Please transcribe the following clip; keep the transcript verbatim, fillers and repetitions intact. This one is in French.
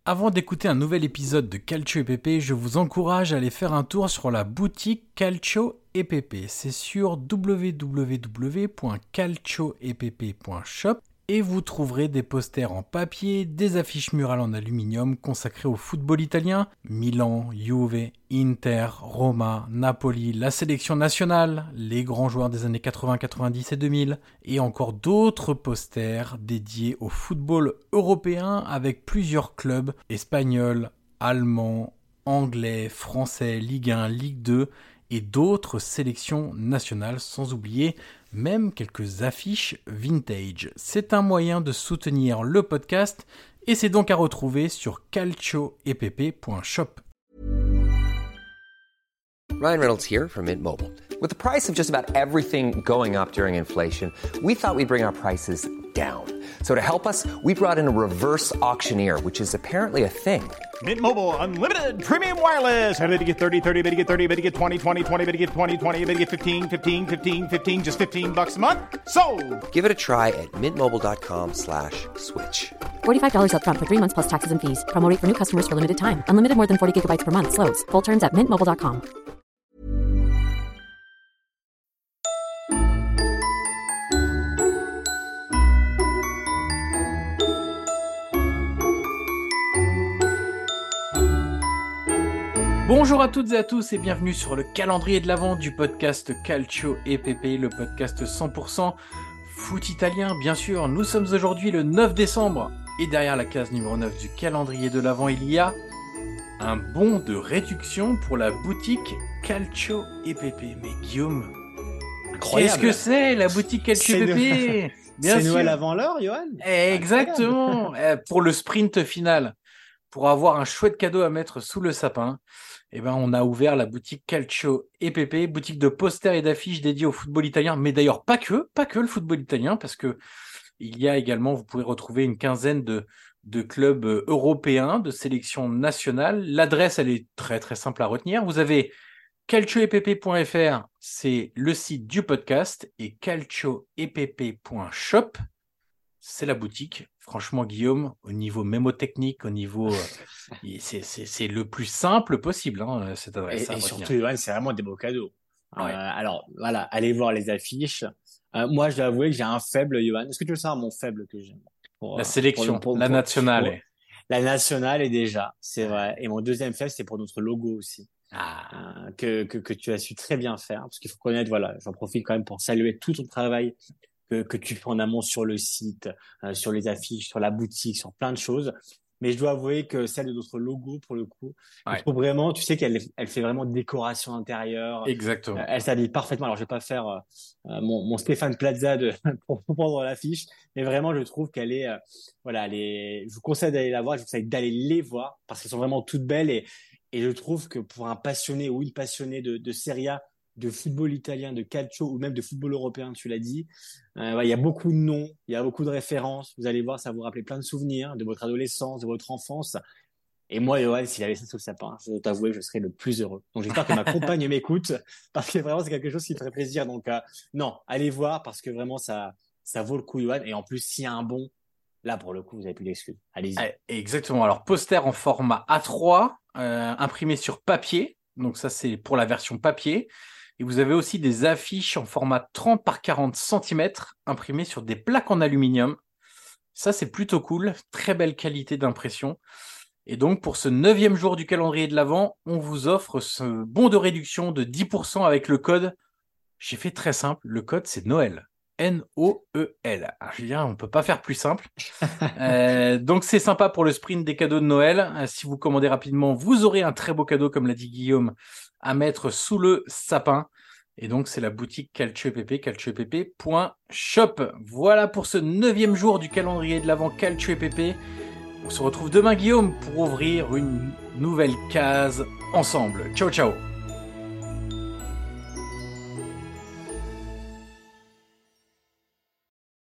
Avant d'écouter un nouvel épisode de Calcio et Pépé, je vous encourage à aller faire un tour sur la boutique Calcio et Pépé. C'est sur w w w point calcio et pépé point shop et vous trouverez des posters en papier, des affiches murales en aluminium consacrées au football italien, Milan, Juve, Inter, Roma, Napoli, la sélection nationale, les grands joueurs des années quatre-vingts, quatre-vingt-dix et deux mille, et encore d'autres posters dédiés au football européen avec plusieurs clubs espagnols, allemands, anglais, français, Ligue un, Ligue deux et d'autres sélections nationales, sans oublier même quelques affiches vintage. C'est un moyen de soutenir le podcast et c'est donc à retrouver sur calcio et pépé point shop. Ryan Reynolds here from Mint Mobile. With the price of just about everything going up during inflation, we thought we'd bring our prices down. So to help us, we brought in a reverse auctioneer, which is apparently a thing. Mint Mobile Unlimited Premium Wireless. How to get thirty, thirty, how to get thirty, how to get twenty, twenty, twenty, how to get twenty, twenty, how to get fifteen, fifteen, fifteen, fifteen, just fifteen bucks a month? Sold! Give it a try at mintmobile.com slash switch. forty-five dollars up front for three months plus taxes and fees. Promo rate for new customers for limited time. Unlimited more than forty gigabytes per month. Slows full terms at mint mobile dot com. Bonjour à toutes et à tous et bienvenue sur le calendrier de l'Avent du podcast Calcio et Pépé, le podcast cent pour cent foot italien. Bien sûr, nous sommes aujourd'hui le neuf décembre et derrière la case numéro neuf du calendrier de l'Avent, il y a un bon de réduction pour la boutique Calcio et Pépé. Mais Guillaume, incroyable. Qu'est-ce que c'est la boutique Calcio et Pépé no... Bien C'est sûr. Noël avant l'heure, Johan. Exactement. Pour le sprint final, pour avoir un chouette cadeau à mettre sous le sapin, eh ben, on a ouvert la boutique Calcio et Pépé, boutique de posters et d'affiches dédiée au football italien, mais d'ailleurs pas que, pas que le football italien, parce que il y a également, vous pouvez retrouver une quinzaine de, de clubs européens, de sélections nationales. L'adresse, elle est très très simple à retenir. Vous avez calcio et pépé point f r, c'est le site du podcast, et calcio et pépé point shop, c'est la boutique. Franchement, Guillaume, au niveau mémotechnique, au niveau, euh, c'est, c'est, c'est le plus simple possible, hein, cette adresse. Et, et surtout, Johan, c'est vraiment des beaux cadeaux. Ouais. Euh, alors, voilà, allez voir les affiches. Euh, moi, je dois avouer que j'ai un faible, Johan. Est-ce que tu veux savoir mon faible que j'ai pour, La sélection, pour, pour, la pour, nationale. Pour, la nationale est déjà, c'est vrai. Et mon deuxième faible, c'est pour notre logo aussi. Ah. Euh, que, que, que tu as su très bien faire. Parce qu'il faut connaître, voilà, j'en profite quand même pour saluer tout ton travail que, que tu fais en amont sur le site, euh, sur les affiches, sur la boutique, sur plein de choses. Mais je dois avouer que celle de notre logo, pour le coup, ouais. Je trouve vraiment, tu sais qu'elle elle fait vraiment décoration intérieure. Exactement. Euh, elle s'habille parfaitement. Alors, je vais pas faire euh, mon, mon Stéphane Plaza de, pour prendre l'affiche, mais vraiment, je trouve qu'elle est, euh, voilà, elle est, je vous conseille d'aller la voir, je vous conseille d'aller les voir parce qu'elles sont vraiment toutes belles et, et je trouve que pour un passionné ou une passionnée de, de Serie A, de football italien, de calcio ou même de football européen, tu l'as dit. Euh, ouais, il y a beaucoup de noms, il y a beaucoup de références. Vous allez voir, ça va vous rappeler plein de souvenirs de votre adolescence, de votre enfance. Et moi, Johan, s'il avait ça sous le sapin, je dois t'avouer, je serais le plus heureux. Donc, j'espère que ma compagne m'écoute parce que vraiment, c'est quelque chose qui me ferait plaisir. Donc, euh, non, allez voir parce que vraiment, ça, ça vaut le coup, Johan. Et en plus, s'il y a un bon, là, pour le coup, vous n'avez plus d'excuses. Allez-y. Exactement. Alors, poster en format A trois, euh, imprimé sur papier. Donc, ça, c'est pour la version papier. Et vous avez aussi des affiches en format trente par quarante centimètres imprimées sur des plaques en aluminium. Ça, c'est plutôt cool. Très belle qualité d'impression. Et donc, pour ce neuvième jour du calendrier de l'Avent, on vous offre ce bon de réduction de dix pour cent avec le code. J'ai fait très simple. Le code, c'est Noël. N O E L. Alors, je veux dire, on ne peut pas faire plus simple. euh, donc, c'est sympa pour le sprint des cadeaux de Noël. Euh, si vous commandez rapidement, vous aurez un très beau cadeau, comme l'a dit Guillaume, à mettre sous le sapin. Et donc, c'est la boutique Calcio et Pépé, calcio et pépé point shop. Voilà pour ce neuvième jour du calendrier de l'Avent Calcio et Pépé. On se retrouve demain, Guillaume, pour ouvrir une nouvelle case ensemble. Ciao, ciao.